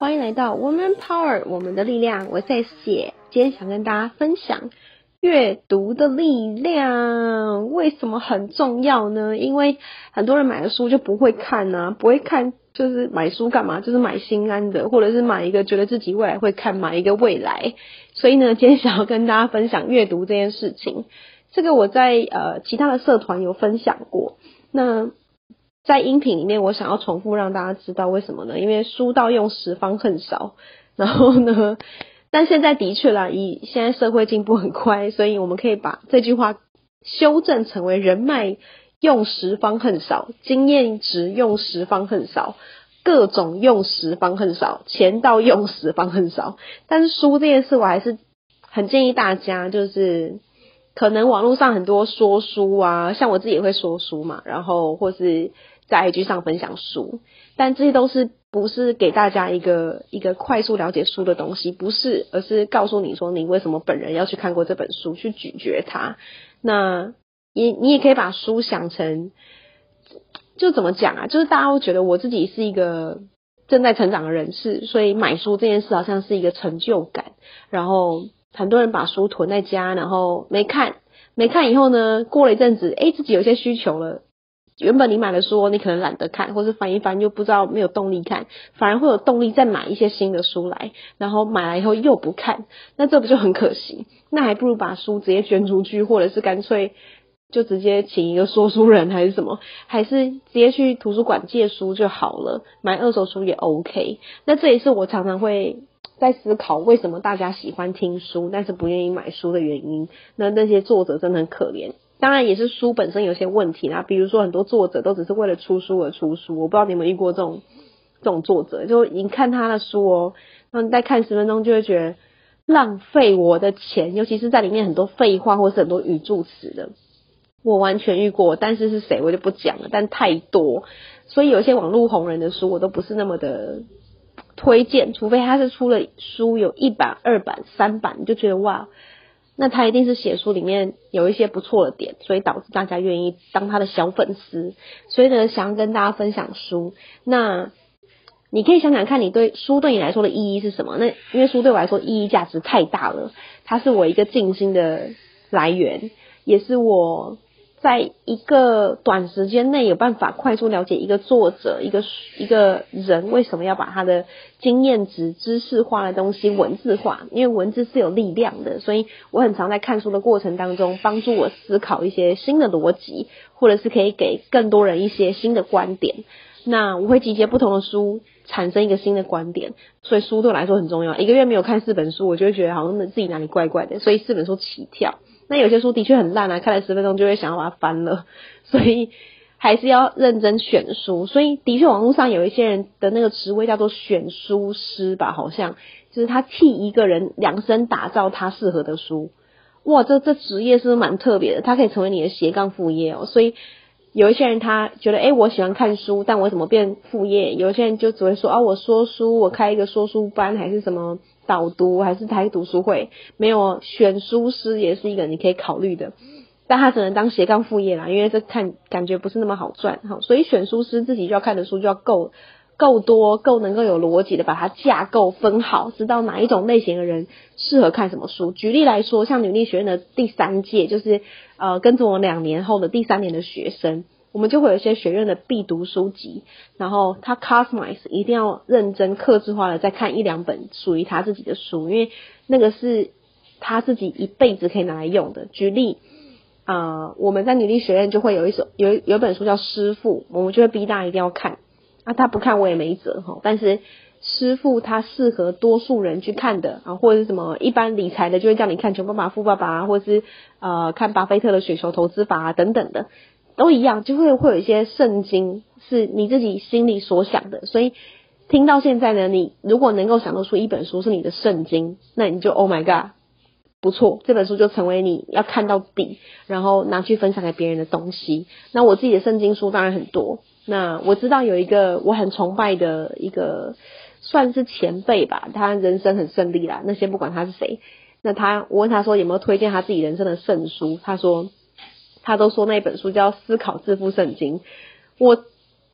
欢迎来到 Woman Power 我们的力量，我是 S 姐。今天想跟大家分享阅读的力量为什么很重要呢？因为很多人买了书就不会看啊，不会看就是买书干嘛？就是买心安的，或者是买一个觉得自己未来会看，买一个未来。所以呢，今天想要跟大家分享阅读这件事情。这个我在其他的社团有分享过。那在音频里面我想要重复让大家知道为什么呢？因为书到用时方恨少，然后呢但现在的确啦，以现在社会进步很快，所以我们可以把这句话修正成为人脉用时方恨少，经验值用时方恨少，各种用时方恨少，钱到用时方恨少。但是书这件事我还是很建议大家，就是可能网络上很多说书啊，像我自己也会说书嘛，然后或是在 IG 上分享书，但这些都是不是给大家一个快速了解书的东西，不是，而是告诉你说你为什么本人要去看过这本书，去咀嚼它。那你也可以把书想成，就怎么讲啊，就是大家会觉得我自己是一个正在成长的人士，所以买书这件事好像是一个成就感，然后很多人把书囤在家，然后没看以后呢，过了一阵子自己有些需求了，原本你买的书你可能懒得看，或是翻一翻又不知道没有动力看，反而会有动力再买一些新的书来，然后买来以后又不看，那这不就很可惜？那还不如把书直接捐出去，或者是干脆就直接请一个说书人还是什么，还是直接去图书馆借书就好了，买二手书也 OK。 那这也是我常常会在思考为什么大家喜欢听书但是不愿意买书的原因。那些作者真的很可怜，当然也是书本身有些问题啦，比如说很多作者都只是为了出书而出书，我不知道你有没有遇过这种作者，就你看他的书然后你再看10分钟就会觉得浪费我的钱，尤其是在里面很多废话或是很多语助词的，我完全遇过，但是谁我就不讲了，但太多，所以有些网络红人的书我都不是那么的推荐，除非他是出了书有1版、2版、3版，你就觉得哇，那他一定是写书里面有一些不错的点，所以导致大家愿意当他的小粉丝。所以呢，想要跟大家分享书，那你可以想想看，你对书对你来说的意义是什么？那因为书对我来说意义价值太大了，它是我一个静心的来源，也是我在一个短时间内有办法快速了解一个作者一个人为什么要把他的经验值知识化的东西文字化，因为文字是有力量的，所以我很常在看书的过程当中帮助我思考一些新的逻辑，或者是可以给更多人一些新的观点。那我会集结不同的书产生一个新的观点，所以书对我来说很重要。一个月没有看4本书，我就会觉得好像自己哪里怪怪的，所以4本书起跳。那有些书的确很烂啊，看了10分钟就会想要把它翻了，所以还是要认真选书。所以的确网络上有一些人的那个职位叫做选书师吧，好像就是他替一个人量身打造他适合的书。哇，这职业是不是蛮特别的？他可以成为你的斜杠副业所以有一些人他觉得我喜欢看书，但我怎么变副业？有一些人就只会说我说书，我开一个说书班，还是什么导读，还是台读书会。没有，选书师也是一个你可以考虑的，但他只能当斜杠副业啦，因为这感觉不是那么好赚所以选书师自己就要看的书就要够多，够能够有逻辑的把它架构分好，知道哪一种类型的人适合看什么书。举例来说，像女力学院的第3届，就是跟着我2年后的第3年的学生，我们就会有一些学院的必读书籍，然后他 customize 一定要认真客制化的再看1-2本属于他自己的书，因为那个是他自己一辈子可以拿来用的。举例我们在女力学院就会有一本书叫师父，我们就会逼大家一定要看他不看我也没辙但是师父他适合多数人去看的或者是什么一般理财的就会叫你看穷爸爸富爸爸或者是看巴菲特的雪球投资法等等的，都一样，就会有一些圣经是你自己心里所想的。所以听到现在呢，你如果能够想得出一本书是你的圣经，那你就 Oh my god， 不错，这本书就成为你要看到底然后拿去分享给别人的东西。那我自己的圣经书当然很多，那我知道有一个我很崇拜的一个算是前辈吧，他人生很顺利啦，那先不管他是谁。那我问他说有没有推荐他自己人生的圣书，他都说那本书叫《思考致富圣经》。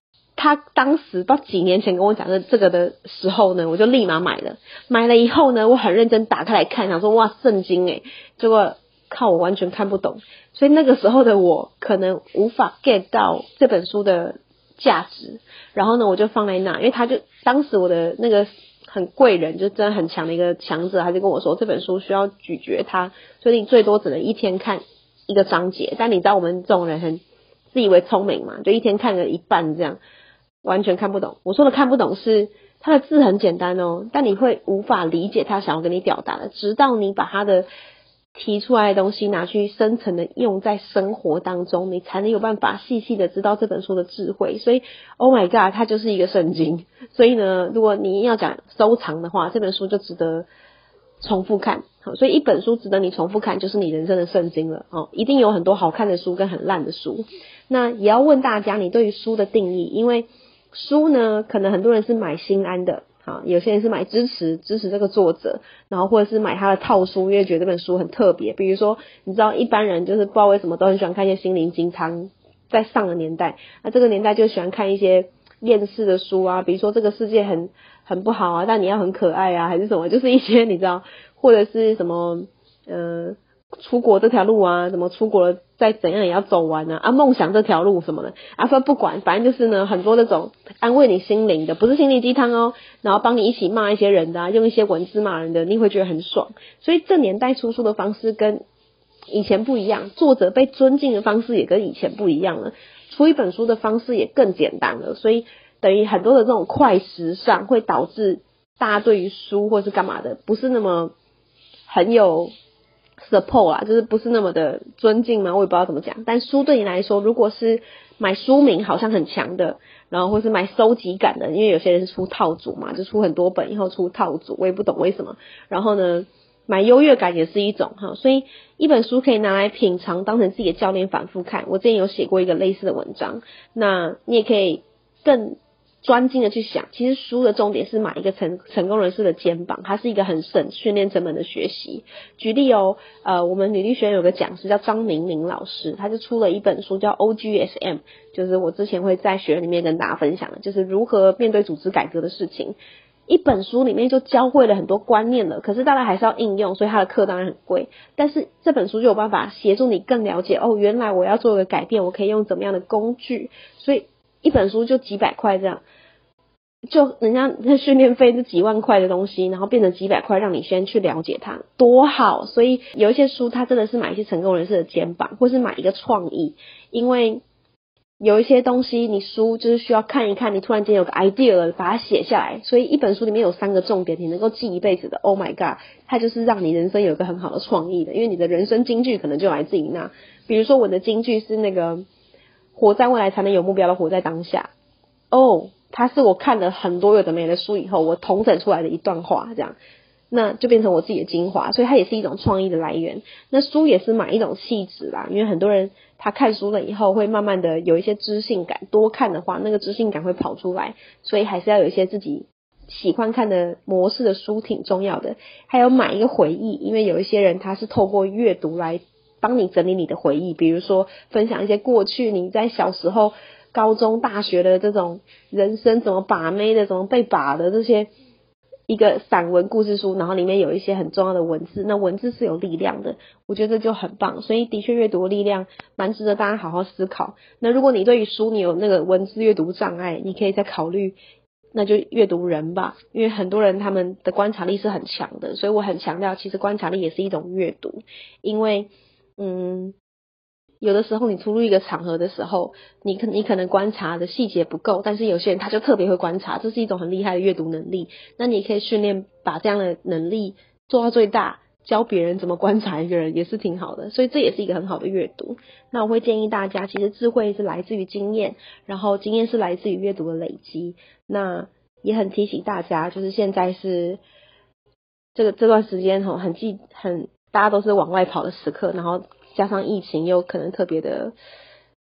他当时不知道几年前跟我讲这个的时候呢，我就立马买了。买了以后呢，我很认真打开来看，想说哇圣经诶，结果靠我完全看不懂。所以那个时候的我可能无法 get 到这本书的价值。然后呢，我就放在那，因为他就当时我的那个很贵人，就真的很强的一个强者，他就跟我说这本书需要咀嚼它，所以你最多只能一天看一个章节。但你知道我们这种人很自以为聪明嘛，就一天看个一半这样，完全看不懂。我说的看不懂是他的字很简单哦，但你会无法理解他想要跟你表达的，直到你把他的提出来的东西拿去深层的用在生活当中，你才能有办法细细的知道这本书的智慧。所以 Oh my god， 它就是一个圣经。所以呢，如果你要讲收藏的话，这本书就值得重复看。所以一本书值得你重复看，就是你人生的圣经了。一定有很多好看的书跟很烂的书。那也要问大家你对于书的定义，因为书呢可能很多人是买心安的，有些人是买支持这个作者，然后或者是买他的套书，因为觉得这本书很特别。比如说你知道一般人就是不知道为什么都很喜欢看一些心灵鸡汤，在上个年代，那这个年代就喜欢看一些厌世的书啊，比如说这个世界很不好啊，但你要很可爱啊，还是什么，就是一些你知道，或者是什么出国这条路啊，什么出国了再怎样也要走完啊，梦想这条路什么的啊，不管，反正就是呢很多那种安慰你心灵的，不是心灵鸡汤哦，然后帮你一起骂一些人的用一些文字骂人的，你会觉得很爽。所以这年代出书的方式跟以前不一样，作者被尊敬的方式也跟以前不一样了，出一本书的方式也更简单了。所以等于很多的这种快时尚会导致大家对于书或是干嘛的不是那么很有support 啦，就是不是那么的尊敬嘛，我也不知道怎么讲。但书对你来说，如果是买书名好像很强的，然后或是买收集感的，因为有些人是出套组嘛，就出很多本以后出套组，我也不懂为什么。然后呢，买优越感也是一种所以一本书可以拿来品尝，当成自己的教练反复看。我之前有写过一个类似的文章，那你也可以更专精的去想，其实书的重点是买一个成功人士的肩膀，它是一个很省训练成本的学习。举例我们女力学院有个讲师叫张明明老师，他就出了一本书叫 OGSM， 就是我之前会在学院里面跟大家分享的，就是如何面对组织改革的事情。一本书里面就教会了很多观念了，可是大家还是要应用，所以他的课当然很贵，但是这本书就有办法协助你更了解原来我要做一个改变，我可以用怎么样的工具，所以一本书就几百块这样，就人家那训练费是几万块的东西，然后变成几百块让你先去了解它，多好。所以有一些书它真的是买一些成功人士的肩膀，或是买一个创意，因为有一些东西你书就是需要看一看，你突然间有个 idea 了，把它写下来。所以一本书里面有3个重点，你能够记一辈子的 Oh my god， 它就是让你人生有一个很好的创意的，因为你的人生金句可能就来自于那。比如说我的金句是那个活在未来才能有目标的活在当下，它是我看了很多有的没的书以后我统整出来的一段话，这样那就变成我自己的精华，所以它也是一种创意的来源。那书也是买一种气质啦，因为很多人他看书了以后会慢慢的有一些知性感，多看的话那个知性感会跑出来，所以还是要有一些自己喜欢看的模式的书挺重要的。还有买一个回忆，因为有一些人他是透过阅读来帮你整理你的回忆，比如说分享一些过去你在小时候高中大学的这种人生怎么把妹的，怎么被把的这些一个散文故事书，然后里面有一些很重要的文字，那文字是有力量的，我觉得这就很棒。所以的确阅读的力量蛮值得大家好好思考。那如果你对于书你有那个文字阅读障碍，你可以再考虑那就阅读人吧，因为很多人他们的观察力是很强的，所以我很强调其实观察力也是一种阅读。因为有的时候你出入一个场合的时候，你可能观察的细节不够，但是有些人他就特别会观察，这是一种很厉害的阅读能力。那你也可以训练把这样的能力做到最大，教别人怎么观察一个人也是挺好的，所以这也是一个很好的阅读。那我会建议大家，其实智慧是来自于经验，然后经验是来自于阅读的累积。那也很提醒大家，就是现在是这段时间大家都是往外跑的时刻，然后加上疫情又可能特别的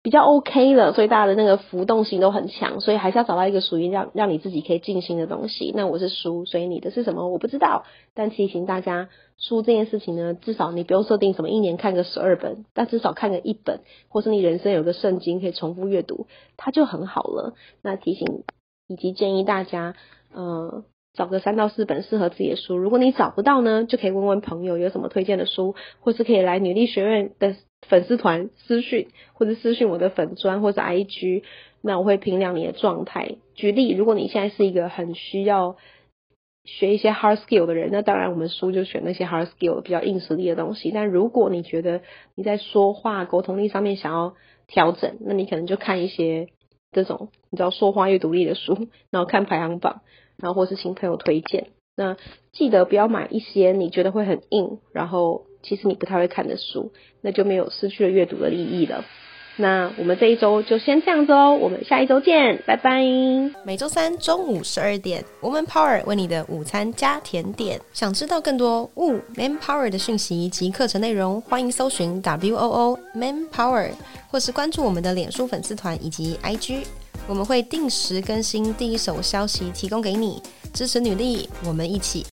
比较 OK 了，所以大家的那个浮动性都很强，所以还是要找到一个属于让你自己可以静心的东西。那我是书，所以你的是什么我不知道，但提醒大家，书这件事情呢，至少你不用设定什么一年看个12本，但至少看个1本，或是你人生有个圣经可以重复阅读，它就很好了。那提醒以及建议大家找个3到4本适合自己的书，如果你找不到呢，就可以问问朋友有什么推荐的书，或是可以来女力学院的粉丝团私讯，或者私讯我的粉专或是 IG， 那我会评量你的状态。举例，如果你现在是一个很需要学一些 hard skill 的人，那当然我们书就选那些 hard skill 比较硬实力的东西，但如果你觉得你在说话沟通力上面想要调整，那你可能就看一些这种你知道说话阅读力的书，然后看排行榜，然后或是请朋友推荐。那记得不要买一些你觉得会很硬，然后其实你不太会看的书，那就没有失去了阅读的意义了。那我们这一周就先这样子哦，我们下一周见，拜拜。 每周三中午12点 Woman Power 为你的午餐加甜点。想知道更多 Man Power 的讯息及课程内容，欢迎搜寻 WOO Man Power， 或是关注我们的脸书粉丝团以及 IG， 我们会定时更新第一手消息提供给你，支持女力，我们一起